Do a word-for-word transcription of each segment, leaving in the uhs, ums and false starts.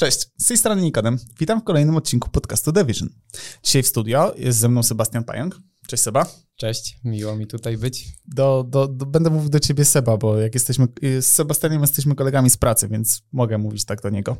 Cześć, z tej strony Nikodem. Witam w kolejnym odcinku podcastu The Vision. Dzisiaj w studio jest ze mną Sebastian Pająk. Cześć Seba. Cześć, miło mi tutaj być. Do, do, do, będę mówił do ciebie Seba, bo jak jesteśmy, z Sebastianem jesteśmy kolegami z pracy, więc mogę mówić tak do niego.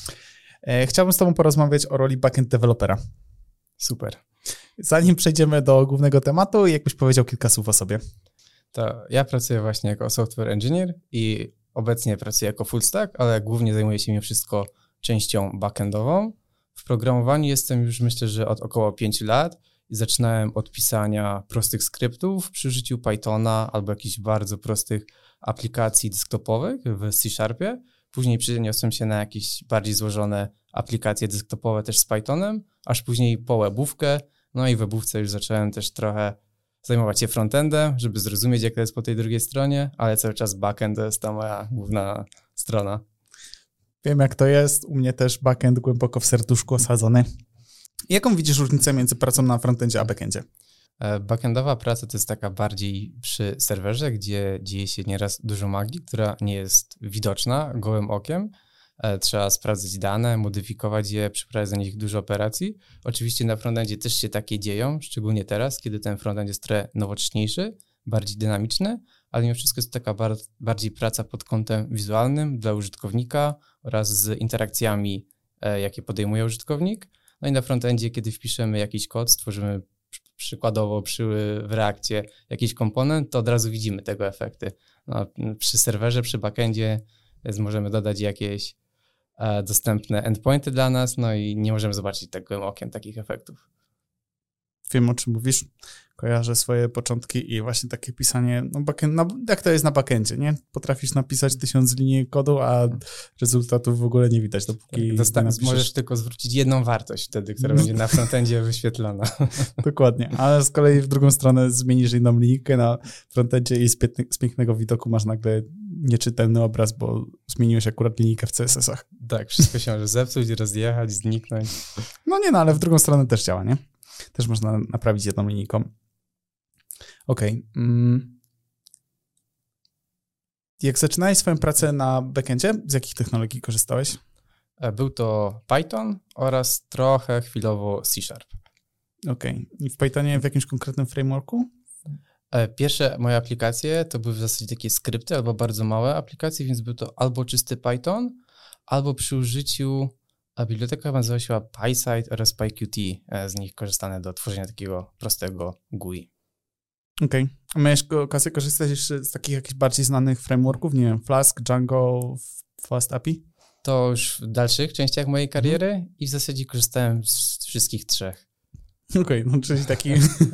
E, chciałbym z tobą porozmawiać o roli backend dewelopera. Super. Zanim przejdziemy do głównego tematu, jakbyś powiedział kilka słów o sobie. To ja pracuję właśnie jako software engineer i obecnie pracuję jako full stack, ale głównie zajmuję się mimo wszystko częścią backendową. W programowaniu jestem już myślę, że od około pięciu lat i zaczynałem od pisania prostych skryptów przy użyciu Pythona albo jakichś bardzo prostych aplikacji desktopowych w C Sharpie. Później przeniosłem się na jakieś bardziej złożone aplikacje desktopowe też z Pythonem, aż później po webówkę. No i w webówce już zacząłem też trochę zajmować się frontendem, żeby zrozumieć, jak to jest po tej drugiej stronie, ale cały czas backend to jest ta moja główna strona. Wiem, jak to jest. U mnie też backend głęboko w serduszku osadzony. Jaką widzisz różnicę między pracą na frontendzie a backendzie? Backendowa praca to jest taka bardziej przy serwerze, gdzie dzieje się nieraz dużo magii, która nie jest widoczna gołym okiem. Trzeba sprawdzać dane, modyfikować je, przeprowadzać na nich dużo operacji. Oczywiście na frontendzie też się takie dzieją, szczególnie teraz, kiedy ten frontend jest trochę nowocześniejszy, bardziej dynamiczny, ale mimo wszystko jest taka bar- bardziej praca pod kątem wizualnym dla użytkownika oraz z interakcjami, e, jakie podejmuje użytkownik. No i na frontendzie, kiedy wpiszemy jakiś kod, stworzymy przy- przykładowo przy, w Reakcie jakiś komponent, to od razu widzimy tego efekty. No, przy serwerze, przy backendzie jest, możemy dodać jakieś e, dostępne endpointy dla nas, no i nie możemy zobaczyć tak gołym okiem takich efektów. Wiem, o czym mówisz. Kojarzę swoje początki i właśnie takie pisanie, no backend, no jak to jest na backendzie, nie? Potrafisz napisać tysiąc linii kodu, a rezultatów w ogóle nie widać, dopóki Dosta- napiszesz... Możesz tylko zwrócić jedną wartość wtedy, która będzie na frontendzie wyświetlona. Dokładnie, ale z kolei w drugą stronę zmienisz jedną linijkę na frontendzie i z, piękny, z pięknego widoku masz nagle nieczytelny obraz, bo zmieniłeś akurat linijkę w C S S-ach. Tak, wszystko się może zepsuć, rozjechać, zniknąć. No nie, no ale w drugą stronę też działa, nie? Też można naprawić jedną linijką. Okej. Okay. Mm. Jak zaczynałeś swoją pracę na backendzie, z jakich technologii korzystałeś? Był to Python oraz trochę chwilowo C Sharp. Okej. Okay. I w Pythonie w jakimś konkretnym frameworku? Pierwsze moje aplikacje to były w zasadzie takie skrypty albo bardzo małe aplikacje, więc był to albo czysty Python, albo przy użyciu a biblioteka nazywa się PySide oraz PyQt. Z nich korzystane do tworzenia takiego prostego G U I. Okej. Okay. A miałeś okazję korzystać jeszcze z takich jakichś bardziej znanych frameworków? Nie wiem, Flask, Django, Fast A P I? To już w dalszych częściach mojej kariery mhm. i w zasadzie korzystałem z wszystkich trzech. Okej, okay, no czyli taki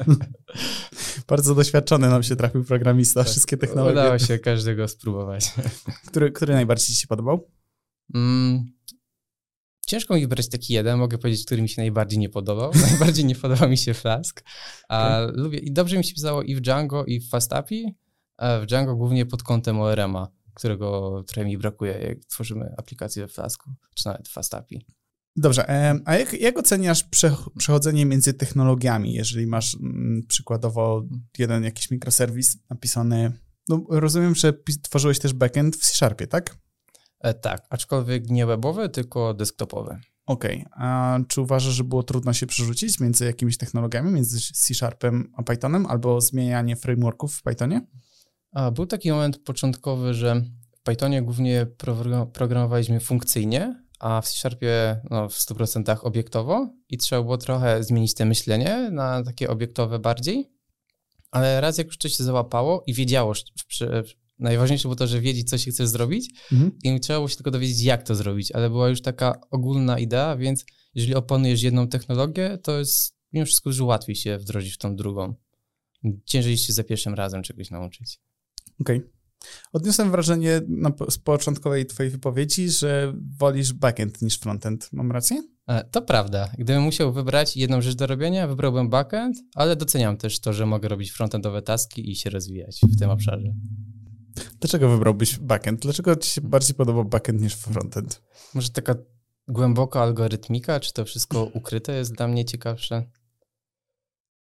bardzo doświadczony nam się trafił programista, tak, wszystkie technologie. Udało się każdego spróbować. Który, który najbardziej ci się podobał? Mm. Ciężko mi wybrać taki jeden, mogę powiedzieć, który mi się najbardziej nie podobał. Najbardziej nie podobał mi się Flask. A okay. lubię, i dobrze mi się pisało i w Django, i w Fast A P I. A w Django głównie pod kątem O R M-a, którego trochę mi brakuje, jak tworzymy aplikację w Flasku, czy nawet w Fast A P I. Dobrze, a jak, jak oceniasz prze, przechodzenie między technologiami, jeżeli masz m, przykładowo jeden jakiś mikroserwis napisany, no rozumiem, że tworzyłeś też backend w C Sharpie, tak? E, tak, aczkolwiek nie webowy, tylko desktopowy. Okej, okay. A czy uważasz, że było trudno się przerzucić między jakimiś technologiami, między C Sharpem a Pythonem, albo zmienianie frameworków w Pythonie? A, był taki moment początkowy, że w Pythonie głównie pro- programowaliśmy funkcyjnie, a w C Sharpie no, w stu procentach obiektowo i trzeba było trochę zmienić te myślenie na takie obiektowe bardziej, ale raz jak już coś się załapało i wiedziało, że najważniejsze było to, że wiedzieć, co się chcesz zrobić mhm. i trzeba było się tylko dowiedzieć, jak to zrobić, ale była już taka ogólna idea, więc jeżeli opanujesz jedną technologię, to jest mimo wszystko dużo łatwiej się wdrożyć w tą drugą. Ciężej się za pierwszym razem czegoś nauczyć. Okej. Okay. Odniosłem wrażenie na, z początkowej twojej wypowiedzi, że wolisz backend niż frontend. Mam rację? To prawda. Gdybym musiał wybrać jedną rzecz do robienia, wybrałbym backend, ale doceniam też to, że mogę robić frontendowe taski i się rozwijać w tym obszarze. Dlaczego wybrałbyś backend? Dlaczego ci się bardziej podoba backend niż frontend? Może taka głęboka algorytmika, czy to wszystko ukryte jest dla mnie ciekawsze? To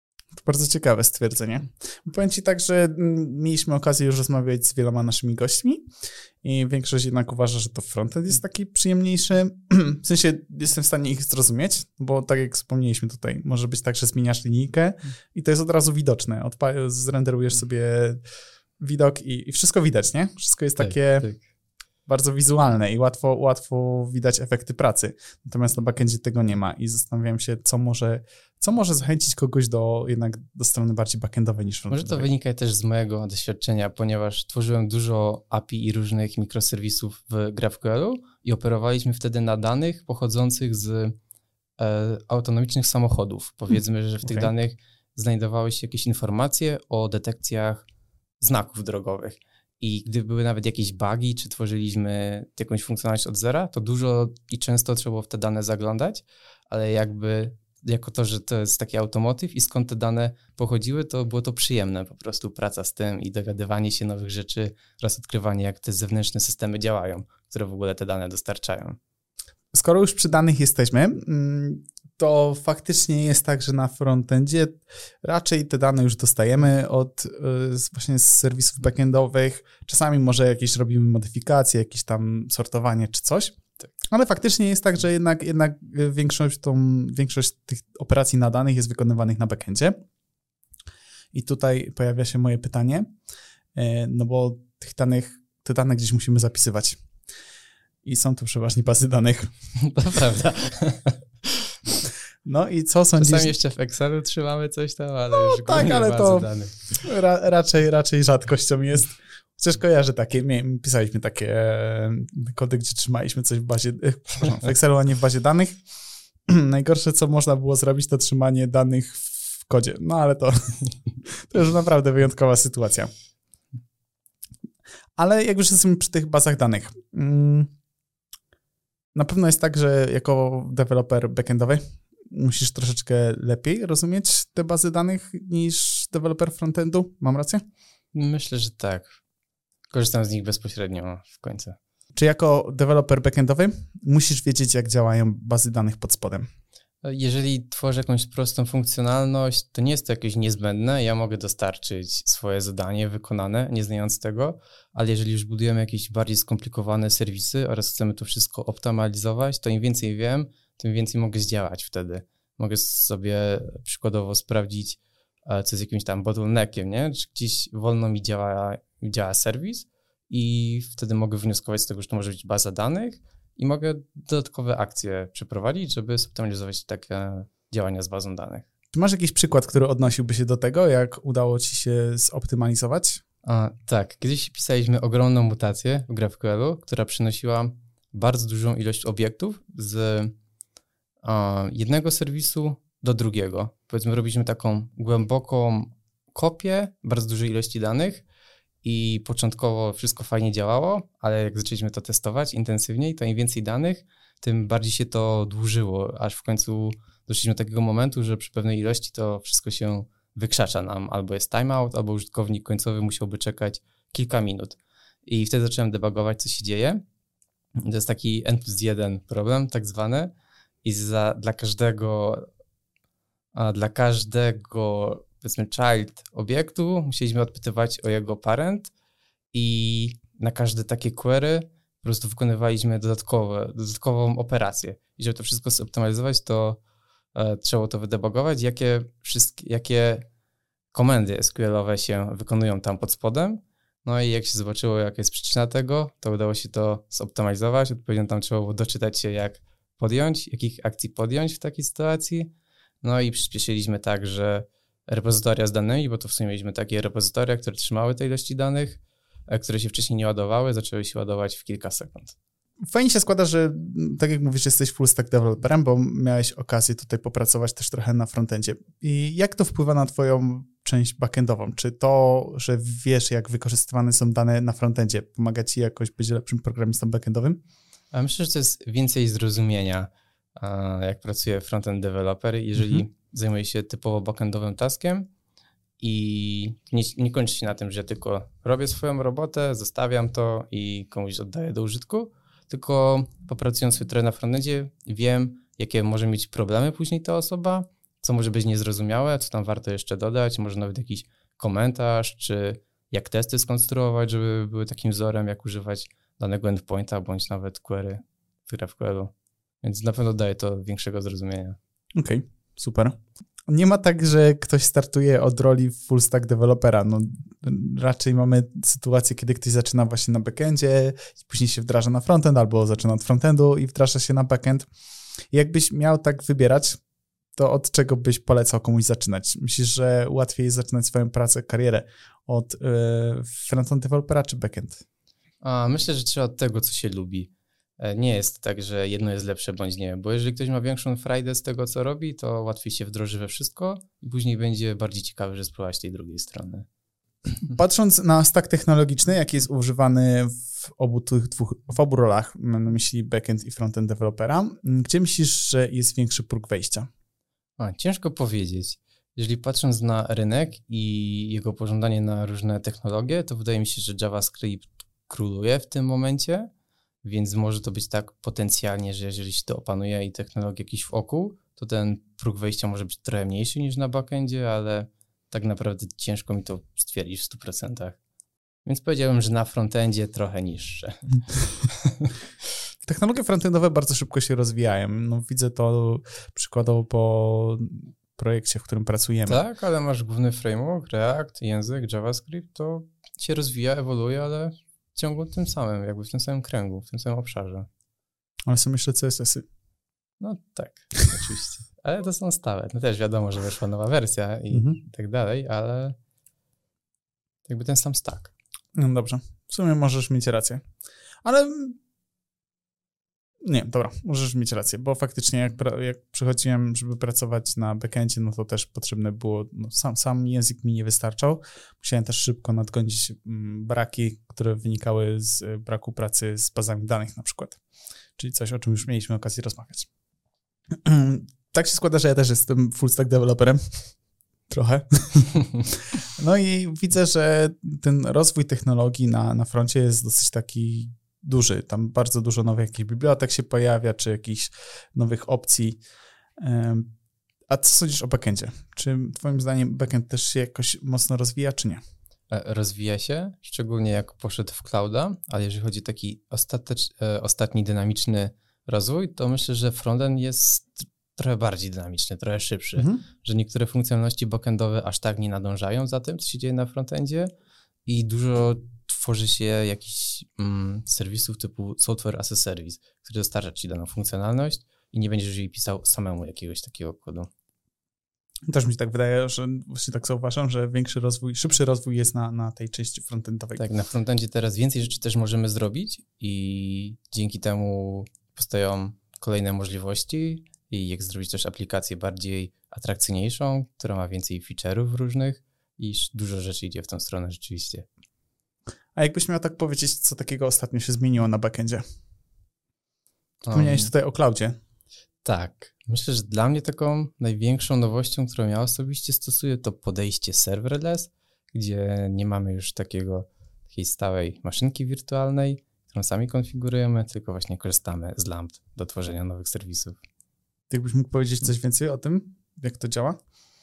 Bardzo ciekawe stwierdzenie. Powiem ci tak, że mieliśmy okazję już rozmawiać z wieloma naszymi gośćmi i większość jednak uważa, że to frontend jest taki przyjemniejszy. W sensie jestem w stanie ich zrozumieć, bo tak jak wspomnieliśmy tutaj, może być tak, że zmieniasz linijkę i to jest od razu widoczne. Odpa- zrenderujesz sobie widok i, i wszystko widać, nie? Wszystko jest tak, takie tak. bardzo wizualne i łatwo, łatwo widać efekty pracy. Natomiast na backendzie tego nie ma i zastanawiam się, co może, co może zachęcić kogoś do jednak do strony bardziej backendowej niż frontendowej. Może to wynika też z mojego doświadczenia, ponieważ tworzyłem dużo A P I i różnych mikroserwisów w GraphQL-u i operowaliśmy wtedy na danych pochodzących z e, autonomicznych samochodów. Powiedzmy, że w tych okay. danych znajdowały się jakieś informacje o detekcjach znaków drogowych. I gdy były nawet jakieś bugi, czy tworzyliśmy jakąś funkcjonalność od zera, to dużo i często trzeba było w te dane zaglądać, ale jakby jako to, że to jest taki automotyw i skąd te dane pochodziły, to było to przyjemne po prostu praca z tym i dowiadywanie się nowych rzeczy oraz odkrywanie, jak te zewnętrzne systemy działają, które w ogóle te dane dostarczają. Skoro już przy danych jesteśmy, to faktycznie jest tak, że na frontendzie raczej te dane już dostajemy od właśnie z serwisów backendowych. Czasami może jakieś robimy modyfikacje, jakieś tam sortowanie czy coś. Tak. Ale faktycznie jest tak, że jednak, jednak większość, tą, większość tych operacji na danych jest wykonywanych na backendzie. I tutaj pojawia się moje pytanie, no bo tych danych, te dane gdzieś musimy zapisywać. I są tu przeważnie bazy danych. To prawda. No i co sądzisz? Czasami jeszcze w Excelu trzymamy coś tam, ale no, już tak, ale bazy to danych. Ra, raczej, raczej rzadkością jest. Chociaż kojarzę takie, pisaliśmy takie kody, gdzie trzymaliśmy coś w bazie, w Excelu, a nie w bazie danych. Najgorsze, co można było zrobić, to trzymanie danych w kodzie. No ale to, to już naprawdę wyjątkowa sytuacja. Ale jak już jesteśmy przy tych bazach danych, na pewno jest tak, że jako deweloper backendowy musisz troszeczkę lepiej rozumieć te bazy danych niż deweloper frontendu. Mam rację? Myślę, że tak. Korzystam z nich bezpośrednio w końcu. Czy jako deweloper backendowy musisz wiedzieć, jak działają bazy danych pod spodem? Jeżeli tworzę jakąś prostą funkcjonalność, to nie jest to jakieś niezbędne. Ja mogę dostarczyć swoje zadanie wykonane, nie znając tego, ale jeżeli już budujemy jakieś bardziej skomplikowane serwisy oraz chcemy to wszystko optymalizować, to im więcej wiem, tym więcej mogę zdziałać wtedy. Mogę sobie przykładowo sprawdzić, co jest jakimś tam bottleneckiem, nie? Czy gdzieś wolno mi działa, działa serwis i wtedy mogę wnioskować z tego, że to może być baza danych i mogę dodatkowe akcje przeprowadzić, żeby zoptymalizować takie działania z bazą danych. Czy masz jakiś przykład, który odnosiłby się do tego, jak udało ci się zoptymalizować? A, tak, kiedyś pisaliśmy ogromną mutację w GraphQL-u, która przynosiła bardzo dużą ilość obiektów z a, jednego serwisu do drugiego. Powiedzmy, robiliśmy taką głęboką kopię bardzo dużej ilości danych i początkowo wszystko fajnie działało, ale jak zaczęliśmy to testować intensywniej, to im więcej danych, tym bardziej się to dłużyło, aż w końcu doszliśmy do takiego momentu, że przy pewnej ilości to wszystko się wykrzacza nam, albo jest timeout, albo użytkownik końcowy musiałby czekać kilka minut. I wtedy zacząłem debugować, co się dzieje. To jest taki N plus jeden problem, tak zwany, i za, dla każdego a dla każdego powiedzmy child obiektu musieliśmy odpytywać o jego parent i na każde takie query po prostu wykonywaliśmy dodatkowe, dodatkową operację. I żeby to wszystko zoptymalizować, to e, trzeba to wydebugować, jakie, wszystkie, jakie komendy S Q L-owe się wykonują tam pod spodem. No i jak się zobaczyło, jaka jest przyczyna tego, to udało się to zoptymalizować. Odpowiednio tam trzeba było doczytać się, jak podjąć, jakich akcji podjąć w takiej sytuacji. No i przyspieszyliśmy tak, że repozytoria z danymi, bo to w sumie mieliśmy takie repozytoria, które trzymały te ilości danych, które się wcześniej nie ładowały, zaczęły się ładować w kilka sekund. Fajnie się składa, że tak jak mówisz, jesteś full stack developerem, bo miałeś okazję tutaj popracować też trochę na frontendzie. I jak to wpływa na twoją część backendową? Czy to, że wiesz, jak wykorzystywane są dane na frontendzie, pomaga ci jakoś być lepszym programistą backendowym? A myślę, że to jest więcej zrozumienia, jak pracuje frontend developer. Jeżeli mhm. zajmuje się typowo backendowym taskiem i nie, nie kończy się na tym, że tylko robię swoją robotę, zostawiam to i komuś oddaję do użytku, tylko popracując sobie trochę na frontendzie, wiem, jakie może mieć problemy później ta osoba, co może być niezrozumiałe, co tam warto jeszcze dodać, może nawet jakiś komentarz, czy jak testy skonstruować, żeby były takim wzorem, jak używać danego endpointa, bądź nawet query w GraphQL-u. Więc na pewno daje to większego zrozumienia. Okej, okay, super. Nie ma tak, że ktoś startuje od roli full stack dewelopera. No, raczej mamy sytuację, kiedy ktoś zaczyna właśnie na backendzie i później się wdraża na frontend, albo zaczyna od frontendu i wdraża się na backend. Jakbyś miał tak wybierać, to od czego byś polecał komuś zaczynać? Myślisz, że łatwiej jest zaczynać swoją pracę, karierę od y, frontend dewelopera czy backend? A, myślę, że trzeba od tego, co się lubi. Nie jest tak, że jedno jest lepsze bądź nie, bo jeżeli ktoś ma większą frajdę z tego, co robi, to łatwiej się wdroży we wszystko i później będzie bardziej ciekawy, że spróbować tej drugiej strony. Patrząc na stack technologiczny, jaki jest używany w obu tych dwóch, w obu rolach, mam na myśli backend i frontend dewelopera, gdzie myślisz, że jest większy próg wejścia? A, ciężko powiedzieć. Jeżeli patrząc na rynek i jego pożądanie na różne technologie, to wydaje mi się, że JavaScript króluje w tym momencie, więc może to być tak potencjalnie, że jeżeli się to opanuje i technologia jakiś wokół, to ten próg wejścia może być trochę mniejszy niż na backendzie, ale tak naprawdę ciężko mi to stwierdzić w stu procentach. Więc powiedziałbym, że na frontendzie trochę niższe. Technologie frontendowe bardzo szybko się rozwijają. No, widzę to przykładowo po projekcie, w którym pracujemy. Tak, ale masz główny framework, React, język, JavaScript, to się rozwija, ewoluuje, ale ciągle tym samym, jakby w tym samym kręgu, w tym samym obszarze. Ale są jeszcze C S S-y. No tak, oczywiście. Ale to są stałe. No też wiadomo, że weszła nowa wersja i mhm. tak dalej, ale jakby ten sam stack. No dobrze. W sumie możesz mieć rację. Ale nie, dobra, możesz mieć rację, bo faktycznie jak, jak przychodziłem, żeby pracować na backendzie, no to też potrzebne było, no sam, sam język mi nie wystarczał. Musiałem też szybko nadgonić braki, które wynikały z braku pracy z bazami danych na przykład. Czyli coś, o czym już mieliśmy okazję rozmawiać. Tak się składa, że ja też jestem full stack developerem. Trochę. No i widzę, że ten rozwój technologii na, na froncie jest dosyć taki duży. Tam bardzo dużo nowych jakichś bibliotek się pojawia, czy jakichś nowych opcji. A co sądzisz o backendzie? Czy twoim zdaniem backend też się jakoś mocno rozwija, czy nie? Rozwija się, szczególnie jak poszedł w clouda, ale jeżeli chodzi o taki ostatecz, ostatni dynamiczny rozwój, to myślę, że frontend jest trochę bardziej dynamiczny, trochę szybszy, mhm. że niektóre funkcjonalności backendowe aż tak nie nadążają za tym, co się dzieje na frontendzie i dużo tworzy się jakichś mm, serwisów typu software as a service, który dostarcza ci daną funkcjonalność i nie będziesz jej pisał samemu jakiegoś takiego kodu. Też mi się tak wydaje, że właśnie tak zauważam, że większy rozwój, szybszy rozwój jest na, na tej części frontendowej. Tak, na frontendzie teraz więcej rzeczy też możemy zrobić i dzięki temu powstają kolejne możliwości i jak zrobić też aplikację bardziej atrakcyjniejszą, która ma więcej feature'ów różnych i dużo rzeczy idzie w tą stronę rzeczywiście. A jakbyś miał tak powiedzieć, co takiego ostatnio się zmieniło na backendzie? Wspomniałeś um, tutaj o cloudzie. Tak. Myślę, że dla mnie taką największą nowością, którą ja osobiście stosuję, to podejście serverless, gdzie nie mamy już takiego, takiej stałej maszynki wirtualnej, którą sami konfigurujemy, tylko właśnie korzystamy z lamp do tworzenia nowych serwisów. Jakbyś mógł powiedzieć coś więcej o tym, jak to działa?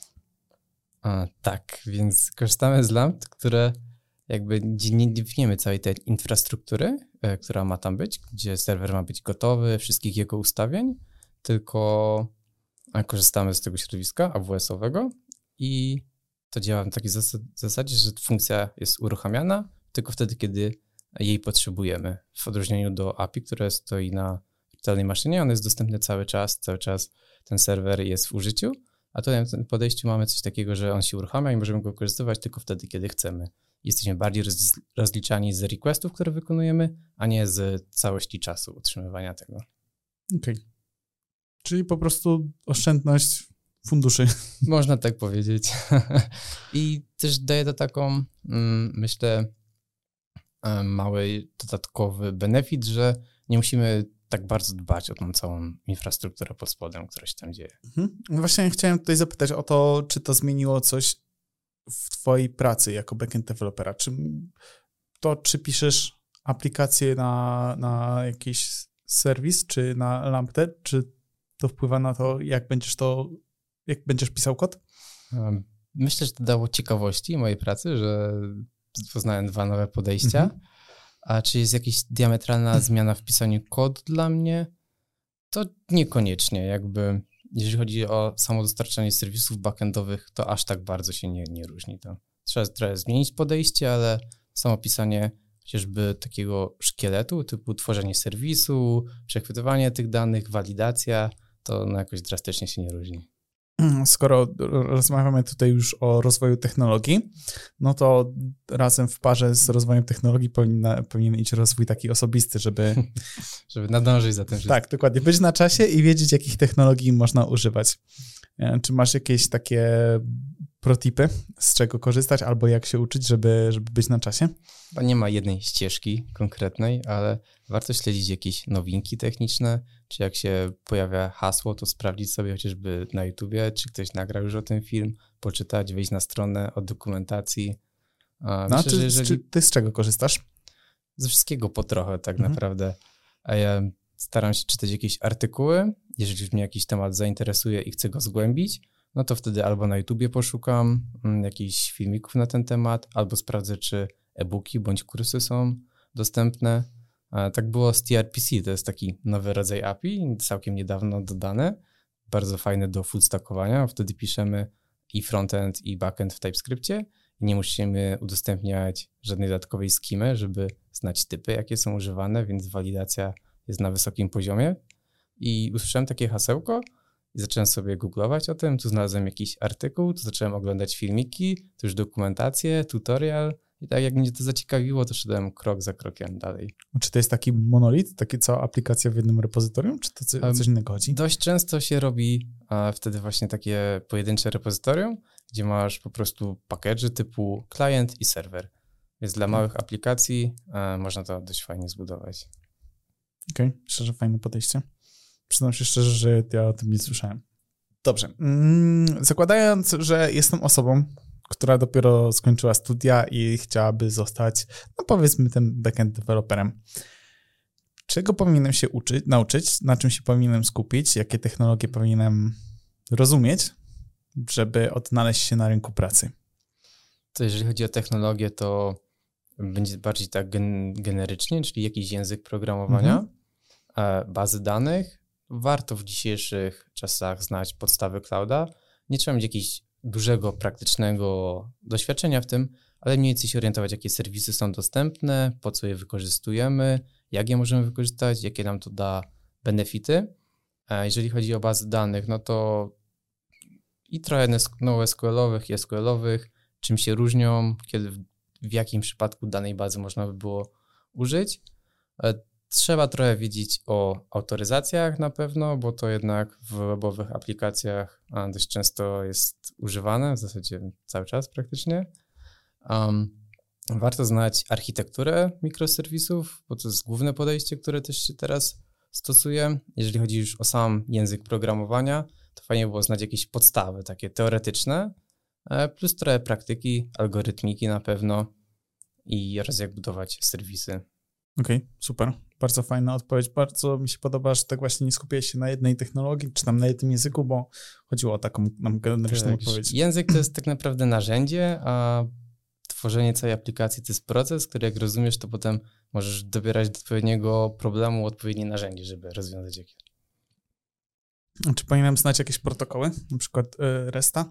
A, tak, więc korzystamy z lamp, które jakby nie definiujemy całej tej infrastruktury, e, która ma tam być, gdzie serwer ma być gotowy, wszystkich jego ustawień, tylko korzystamy z tego środowiska A W S-owego i to działa w takiej zasad, zasadzie, że funkcja jest uruchamiana tylko wtedy, kiedy jej potrzebujemy. W odróżnieniu do A P I, które stoi na wirtualnej maszynie, on jest dostępny cały czas, cały czas ten serwer jest w użyciu, a tutaj w tym podejściu mamy coś takiego, że on się uruchamia i możemy go wykorzystywać tylko wtedy, kiedy chcemy. Jesteśmy bardziej roz, rozliczani z requestów, które wykonujemy, a nie z całości czasu utrzymywania tego. Okej. Okay. Czyli po prostu oszczędność funduszy. Można tak powiedzieć. I też daje to taką, myślę, mały dodatkowy benefit, że nie musimy tak bardzo dbać o tą całą infrastrukturę pod spodem, która się tam dzieje. Mhm. Właśnie chciałem tutaj zapytać o to, czy to zmieniło coś w twojej pracy jako backend dewelopera. Czy to, czy piszesz aplikację na, na jakiś serwis, czy na lampę, czy to wpływa na to, jak będziesz to jak będziesz pisał kod? Myślę, że to dało ciekawości mojej pracy, że poznałem dwa nowe podejścia. Mhm. A czy jest jakaś diametralna mhm. zmiana w pisaniu kodu dla mnie? To niekoniecznie. Jakby, jeżeli chodzi o samo dostarczanie serwisów backendowych, to aż tak bardzo się nie, nie różni. To trzeba trochę zmienić podejście, ale samo pisanie chociażby takiego szkieletu, typu tworzenie serwisu, przechwytywanie tych danych, walidacja, to no jakoś drastycznie się nie różni. Skoro rozmawiamy tutaj już o rozwoju technologii, no to razem w parze z rozwojem technologii powinna, powinien iść rozwój taki osobisty, żeby... żeby nadążyć za tym wszystkim. Tak, dokładnie. Być na czasie i wiedzieć, jakich technologii można używać. Czy masz jakieś takie protipy, z czego korzystać, albo jak się uczyć, żeby, żeby być na czasie? Nie ma jednej ścieżki konkretnej, ale warto śledzić jakieś nowinki techniczne, czy jak się pojawia hasło, to sprawdzić sobie chociażby na YouTubie, czy ktoś nagrał już o tym film, poczytać, wejść na stronę od dokumentacji. Myślę, no, czy, jeżeli... czy ty z czego korzystasz? Ze wszystkiego po trochę tak mhm. naprawdę. A ja staram się czytać jakieś artykuły, jeżeli już mnie jakiś temat zainteresuje i chcę go zgłębić, no to wtedy albo na YouTubie poszukam mm, jakichś filmików na ten temat, albo sprawdzę, czy e-booki bądź kursy są dostępne. A tak było z T R P C, to jest taki nowy rodzaj A P I, całkiem niedawno dodany, bardzo fajny do fullstackowania. Wtedy piszemy i frontend, i backend w TypeScriptie i nie musimy udostępniać żadnej dodatkowej skimy, żeby znać typy, jakie są używane, więc walidacja jest na wysokim poziomie. I usłyszałem takie hasełko i zacząłem sobie googlować o tym, tu znalazłem jakiś artykuł, tu zacząłem oglądać filmiki, tu już dokumentację, tutorial i tak jak mnie to zaciekawiło, to szedłem krok za krokiem dalej. Czy to jest taki monolit, takie cała aplikacja w jednym repozytorium, czy to co, coś innego chodzi? Dość często się robi a wtedy właśnie takie pojedyncze repozytorium, gdzie masz po prostu package typu client i serwer. Więc dla małych aplikacji a, można to dość fajnie zbudować. Okej, okay, szczerze fajne podejście. Przyznam się szczerze, że ja o tym nie słyszałem. Dobrze. Zakładając, że jestem osobą, która dopiero skończyła studia i chciałaby zostać, no powiedzmy, tym backend deweloperem. Czego powinienem się uczyć, nauczyć, na czym się powinienem skupić, jakie technologie powinienem rozumieć, żeby odnaleźć się na rynku pracy? To jeżeli chodzi o technologię, to będzie bardziej tak gen- generycznie, czyli jakiś język programowania, mhm. bazy danych. Warto w dzisiejszych czasach znać podstawy clouda. Nie trzeba mieć jakiegoś dużego, praktycznego doświadczenia w tym, ale mniej więcej się orientować, jakie serwisy są dostępne, po co je wykorzystujemy, jak je możemy wykorzystać, jakie nam to da benefity. A jeżeli chodzi o bazy danych, no to i trochę NoSQL-owych i S Q L-owych, czym się różnią, kiedy, w jakim przypadku danej bazy można by było użyć. Trzeba trochę wiedzieć o autoryzacjach na pewno, bo to jednak w webowych aplikacjach dość często jest używane, w zasadzie cały czas praktycznie. Um, warto znać architekturę mikroserwisów, bo to jest główne podejście, które też się teraz stosuje. Jeżeli chodzi już o sam język programowania, to fajnie było znać jakieś podstawy takie teoretyczne, plus trochę praktyki, algorytmiki na pewno i oraz jak budować serwisy. Okej, okay, super. Bardzo fajna odpowiedź. Bardzo mi się podoba, że tak właśnie nie skupiłeś się na jednej technologii, czy tam na jednym języku, bo chodziło o taką nam generyczną tak, odpowiedź. Język to jest tak naprawdę narzędzie, a tworzenie całej aplikacji to jest proces, który jak rozumiesz, to potem możesz dobierać do odpowiedniego problemu odpowiednie narzędzie, żeby rozwiązać jakie. Czy powinienem znać jakieś protokoły, na przykład y, RESTA?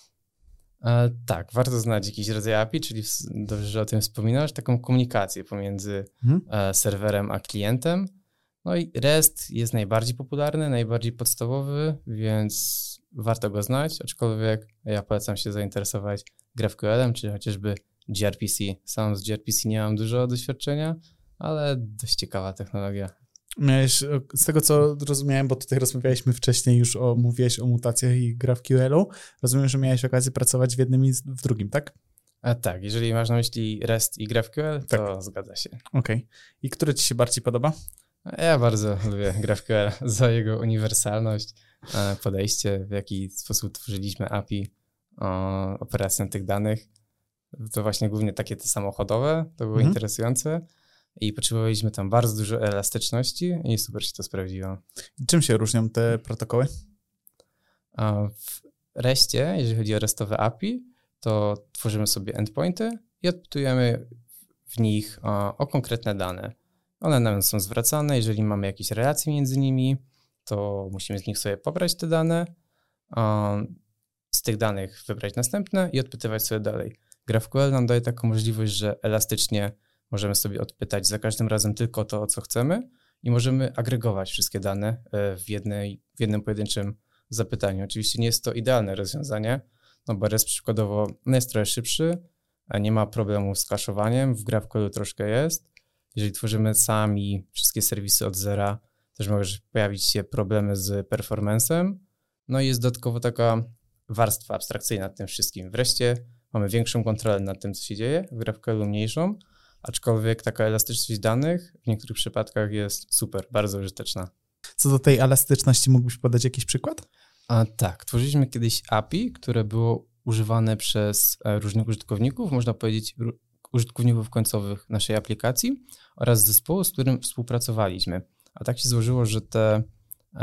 E, tak, warto znać jakiś rodzaj A P I, czyli dobrze, że o tym wspominasz, taką komunikację pomiędzy hmm. e, serwerem a klientem. No i REST jest najbardziej popularny, najbardziej podstawowy, więc warto go znać, aczkolwiek ja polecam się zainteresować GraphQL-em, czy chociażby G R P C. Sam z G R P C nie mam dużo doświadczenia, ale dość ciekawa technologia. Miałeś, z tego co rozumiałem, bo tutaj rozmawialiśmy wcześniej już o, mówiłeś o mutacjach i GraphQL-u, rozumiem, że miałeś okazję pracować w jednym i w drugim, tak? A tak, jeżeli masz na myśli REST i GraphQL, to tak. Zgadza się. Okej. Okay. I który ci się bardziej podoba? Ja bardzo lubię GraphQL za jego uniwersalność, podejście, w jaki sposób tworzyliśmy A P I, operację tych danych. To właśnie głównie takie te samochodowe, to było mhm. interesujące. I potrzebowaliśmy tam bardzo dużo elastyczności i super się to sprawdziło. Czym się różnią te protokoły? A w reszcie, jeżeli chodzi o restowe A P I, to tworzymy sobie endpointy i odpytujemy w nich o, o konkretne dane. One nam są zwracane, jeżeli mamy jakieś relacje między nimi, to musimy z nich sobie pobrać te dane, z tych danych wybrać następne i odpytywać sobie dalej. GraphQL nam daje taką możliwość, że elastycznie możemy sobie odpytać za każdym razem tylko to, o co chcemy i możemy agregować wszystkie dane w, jednej, w jednym pojedynczym zapytaniu. Oczywiście nie jest to idealne rozwiązanie, no bo REST przykładowo no jest trochę szybszy, a nie ma problemu z kaszowaniem, w GraphQL troszkę jest. Jeżeli tworzymy sami wszystkie serwisy od zera, też może pojawić się problemy z performance'em. No i jest dodatkowo taka warstwa abstrakcyjna nad tym wszystkim. Wreszcie mamy większą kontrolę nad tym, co się dzieje, w GraphQL mniejszą, aczkolwiek taka elastyczność danych w niektórych przypadkach jest super, bardzo użyteczna. Co do tej elastyczności, mógłbyś podać jakiś przykład? A, tak, tworzyliśmy kiedyś A P I, które było używane przez różnych użytkowników, można powiedzieć użytkowników końcowych naszej aplikacji oraz zespołu, z którym współpracowaliśmy. A tak się złożyło, że te e,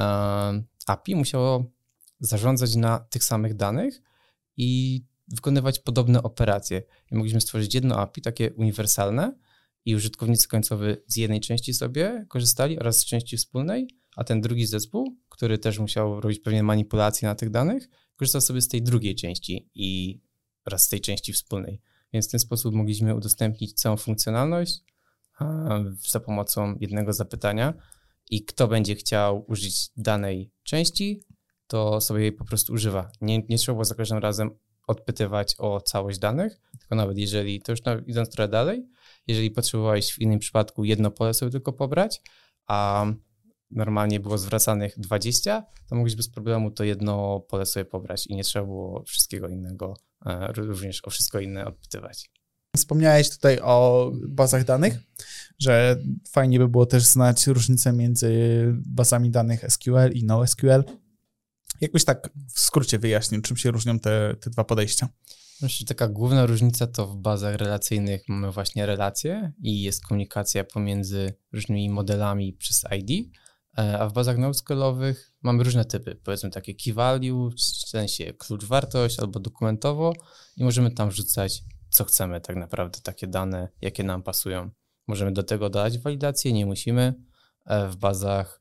A P I musiało zarządzać na tych samych danych i wykonywać podobne operacje. I mogliśmy stworzyć jedno A P I, takie uniwersalne i użytkownicy końcowi z jednej części sobie korzystali oraz z części wspólnej, a ten drugi zespół, który też musiał robić pewnie manipulacje na tych danych, korzystał sobie z tej drugiej części i oraz z tej części wspólnej. Więc w ten sposób mogliśmy udostępnić całą funkcjonalność za pomocą jednego zapytania i kto będzie chciał użyć danej części, to sobie jej po prostu używa. Nie, nie trzeba było za każdym razem odpytywać o całość danych, tylko nawet jeżeli, to już idąc trochę dalej, jeżeli potrzebowałeś w innym przypadku jedno pole sobie tylko pobrać, a normalnie było zwracanych dwadzieścia, to mogłeś bez problemu to jedno pole sobie pobrać i nie trzeba było wszystkiego innego, również o wszystko inne odpytywać. Wspomniałeś tutaj o bazach danych, że fajnie by było też znać różnicę między bazami danych S Q L i NoSQL. Jakbyś tak w skrócie wyjaśnił, czym się różnią te, te dwa podejścia? Myślę, że taka główna różnica to w bazach relacyjnych mamy właśnie relacje i jest komunikacja pomiędzy różnymi modelami przez I D, a w bazach NoSQL-owych mamy różne typy, powiedzmy takie key value, w sensie klucz wartość albo dokumentowo i możemy tam wrzucać co chcemy tak naprawdę, takie dane, jakie nam pasują. Możemy do tego dodać walidację, nie musimy. W bazach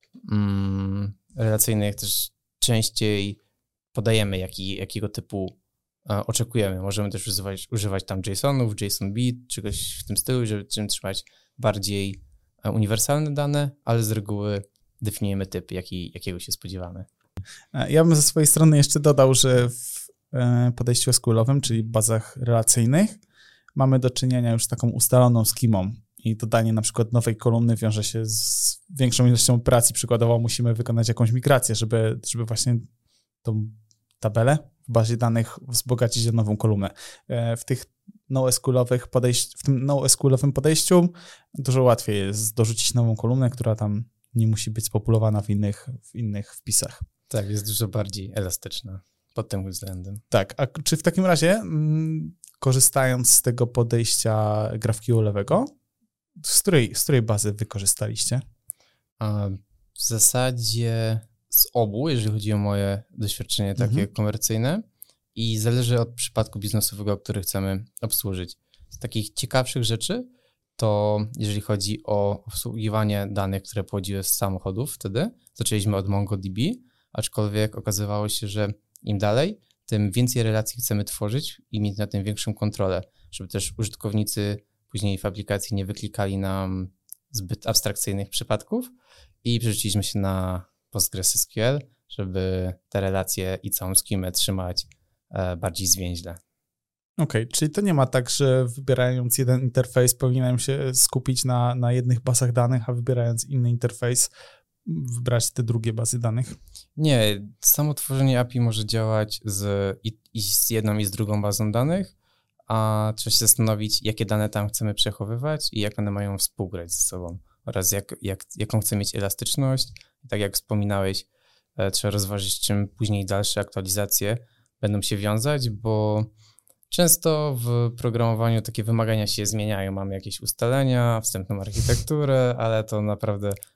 mm, relacyjnych też częściej podajemy, jaki, jakiego typu e, oczekujemy. Możemy też używać, używać tam JSONów, JSON-B, czegoś w tym stylu, żeby czym trzymać bardziej e, uniwersalne dane, ale z reguły definiujemy typ, jaki, jakiego się spodziewamy. Ja bym ze swojej strony jeszcze dodał, że w podejściu S Q L-owym, czyli bazach relacyjnych, mamy do czynienia już z taką ustaloną schemą i dodanie na przykład nowej kolumny wiąże się z większą ilością operacji. Przykładowo musimy wykonać jakąś migrację, żeby, żeby właśnie tą tabelę w bazie danych wzbogacić o nową kolumnę. W tych NoSQL-owych podejść, w tym NoSQL-owym podejściu dużo łatwiej jest dorzucić nową kolumnę, która tam nie musi być spopulowana w innych, w innych wpisach. Tak, jest dużo bardziej elastyczna pod tym względem. Tak, a czy w takim razie, mm, korzystając z tego podejścia GraphQL-owego, z której, z której bazy wykorzystaliście? A w zasadzie z obu, jeżeli chodzi o moje doświadczenie takie mhm. komercyjne i zależy od przypadku biznesowego, który chcemy obsłużyć. Z takich ciekawszych rzeczy to jeżeli chodzi o obsługiwanie danych, które pochodziły z samochodów wtedy, zaczęliśmy od MongoDB, aczkolwiek okazywało się, że im dalej, tym więcej relacji chcemy tworzyć i mieć na tym większą kontrolę, żeby też użytkownicy później w aplikacji nie wyklikali nam zbyt abstrakcyjnych przypadków i przerzuciliśmy się na PostgreSQL, żeby te relacje i całą schemę trzymać bardziej zwięźle. Okej, okay, czyli to nie ma tak, że wybierając jeden interfejs powinienem się skupić na, na jednych bazach danych, a wybierając inny interfejs wybrać te drugie bazy danych? Nie, samo tworzenie A P I może działać z, i, i z jedną i z drugą bazą danych, a trzeba się zastanowić, jakie dane tam chcemy przechowywać i jak one mają współgrać ze sobą oraz jak, jak, jaką chcemy mieć elastyczność. I tak jak wspominałeś, e, trzeba rozważyć, czym później dalsze aktualizacje będą się wiązać, bo często w programowaniu takie wymagania się zmieniają. Mamy jakieś ustalenia, wstępną architekturę, ale to naprawdę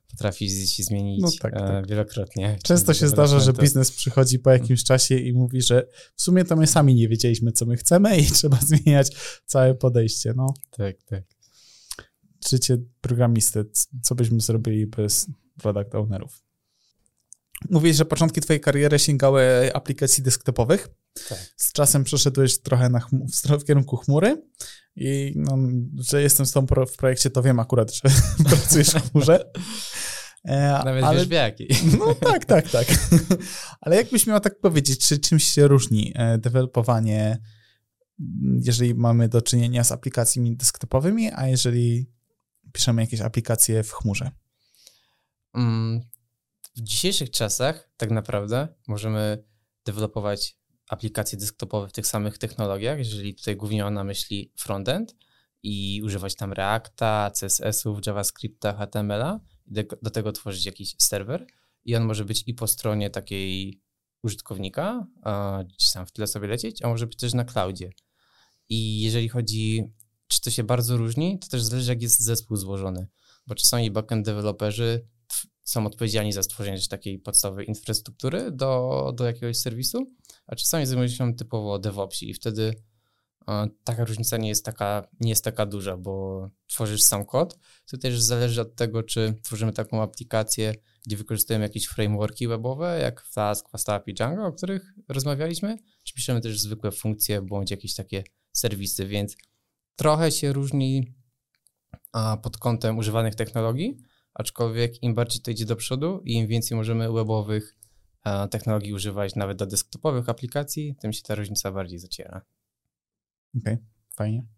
potrafi się zmienić no tak, tak. wielokrotnie. Często się zdarza, że biznes przychodzi po jakimś czasie i mówi, że w sumie to my sami nie wiedzieliśmy, co my chcemy i trzeba zmieniać całe podejście. No. Tak, tak. Życie programisty, co byśmy zrobili bez product ownerów? Mówiłeś, że początki twojej kariery sięgały aplikacji desktopowych. Tak. Z czasem przeszedłeś trochę na chmu- w, w kierunku chmury i no, że jestem z tobą pro- w projekcie, to wiem akurat, że pracujesz w chmurze. E, Nawet ale, wiesz w jakiej. No tak, tak, tak. Ale jakbyś miał tak powiedzieć, czy czymś się różni e, dewelopowanie, jeżeli mamy do czynienia z aplikacjami desktopowymi, a jeżeli piszemy jakieś aplikacje w chmurze? Mm, w dzisiejszych czasach tak naprawdę możemy dewelopować aplikacje desktopowe w tych samych technologiach, jeżeli tutaj głównie mam na myśli frontend i używać tam Reacta, C S S-ów, JavaScripta, H T M L-a i do, do tego tworzyć jakiś serwer i on może być i po stronie takiej użytkownika, a gdzieś tam w tle sobie lecieć, a może być też na cloudzie. I jeżeli chodzi, czy to się bardzo różni, to też zależy, jak jest zespół złożony, bo czasami backend deweloperzy są odpowiedzialni za stworzenie też takiej podstawowej infrastruktury do, do jakiegoś serwisu, a czasami zajmują się typowo DevOpsi i wtedy e, taka różnica nie jest taka, nie jest taka duża, bo tworzysz sam kod. To też zależy od tego, czy tworzymy taką aplikację, gdzie wykorzystujemy jakieś frameworki webowe, jak Flask, FastAPI, Django, o których rozmawialiśmy, czy piszemy też zwykłe funkcje, bądź jakieś takie serwisy, więc trochę się różni a, pod kątem używanych technologii, aczkolwiek im bardziej to idzie do przodu i im więcej możemy webowych a, technologii używać nawet do desktopowych aplikacji, tym się ta różnica bardziej zaciera. Okej, okay, fajnie.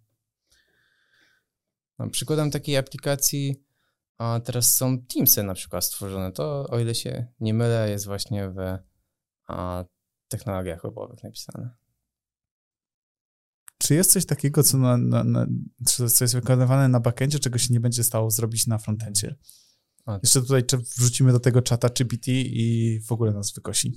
No, przykładem takiej aplikacji a teraz są Teamsy na przykład stworzone. To, o ile się nie mylę, jest właśnie w a, technologiach webowych napisane. Czy jest coś takiego, co, na, na, na, co jest wykonywane na backendzie, czego się nie będzie stało zrobić na frontendzie? A, Jeszcze tutaj wrzucimy do tego czata G P T i w ogóle nas wykosi.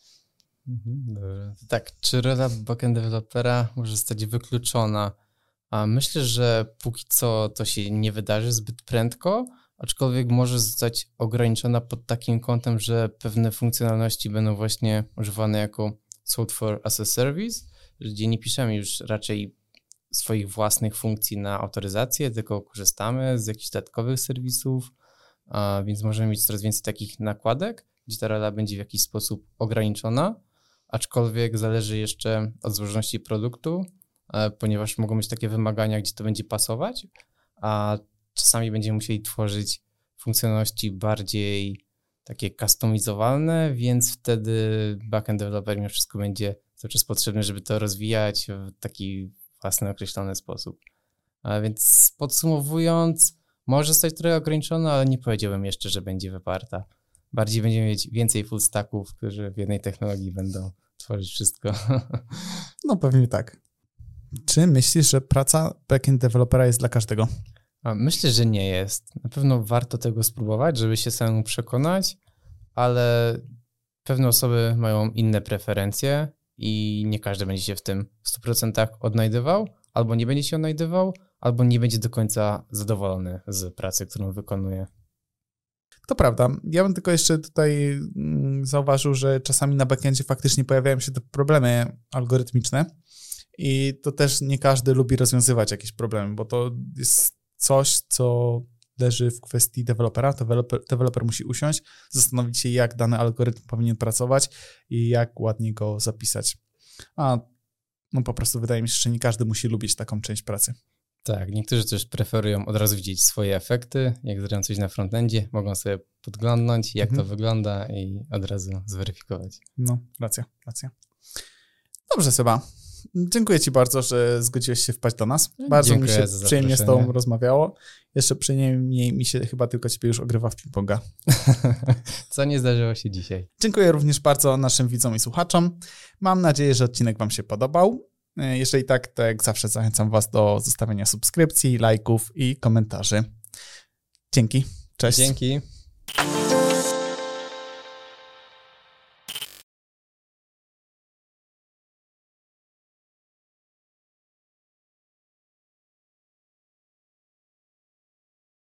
Mhm, dobra. Tak, czy rola backend dewelopera może zostać wykluczona? A myślę, że póki co to się nie wydarzy zbyt prędko, aczkolwiek może zostać ograniczona pod takim kątem, że pewne funkcjonalności będą właśnie używane jako software as a service, gdzie nie piszemy już raczej swoich własnych funkcji na autoryzację, tylko korzystamy z jakichś dodatkowych serwisów, a więc możemy mieć coraz więcej takich nakładek, gdzie ta rola będzie w jakiś sposób ograniczona, aczkolwiek zależy jeszcze od złożoności produktu, ponieważ mogą być takie wymagania, gdzie to będzie pasować, a czasami będziemy musieli tworzyć funkcjonalności bardziej takie customizowalne, więc wtedy backend developer mimo wszystko będzie cały czas potrzebny, żeby to rozwijać w taki własny, określony sposób. A więc podsumowując, może zostać trochę ograniczona, ale nie powiedziałbym jeszcze, że będzie wyparta. Bardziej będziemy mieć więcej full stacków, którzy w jednej technologii będą tworzyć wszystko. No pewnie tak. Czy myślisz, że praca backend dewelopera jest dla każdego? Myślę, że nie jest. Na pewno warto tego spróbować, żeby się samemu przekonać, ale pewne osoby mają inne preferencje i nie każdy będzie się w tym w stu procentach odnajdywał, albo nie będzie się odnajdywał, albo nie będzie do końca zadowolony z pracy, którą wykonuje. To prawda. Ja bym tylko jeszcze tutaj zauważył, że czasami na backendzie faktycznie pojawiają się te problemy algorytmiczne i to też nie każdy lubi rozwiązywać jakieś problemy, bo to jest coś, co leży w kwestii dewelopera. Deweloper, deweloper musi usiąść, zastanowić się, jak dany algorytm powinien pracować i jak ładnie go zapisać. A no po prostu wydaje mi się, że nie każdy musi lubić taką część pracy. Tak, niektórzy też preferują od razu widzieć swoje efekty, jak zrobią coś na frontendzie, mogą sobie podglądnąć, jak mhm. to wygląda i od razu zweryfikować. No, racja, racja. Dobrze, Seba. Dziękuję ci bardzo, że zgodziłeś się wpaść do nas. Bardzo Dziękuję mi się przyjemnie z tobą rozmawiało. Jeszcze przyjemniej mi się chyba tylko ciebie już ogrywa w ping-ponga. Co nie zdarzyło się dzisiaj. Dziękuję również bardzo naszym widzom i słuchaczom. Mam nadzieję, że odcinek wam się podobał. Jeżeli tak, to jak zawsze zachęcam was do zostawienia subskrypcji, lajków i komentarzy. Dzięki. Cześć. Dzięki.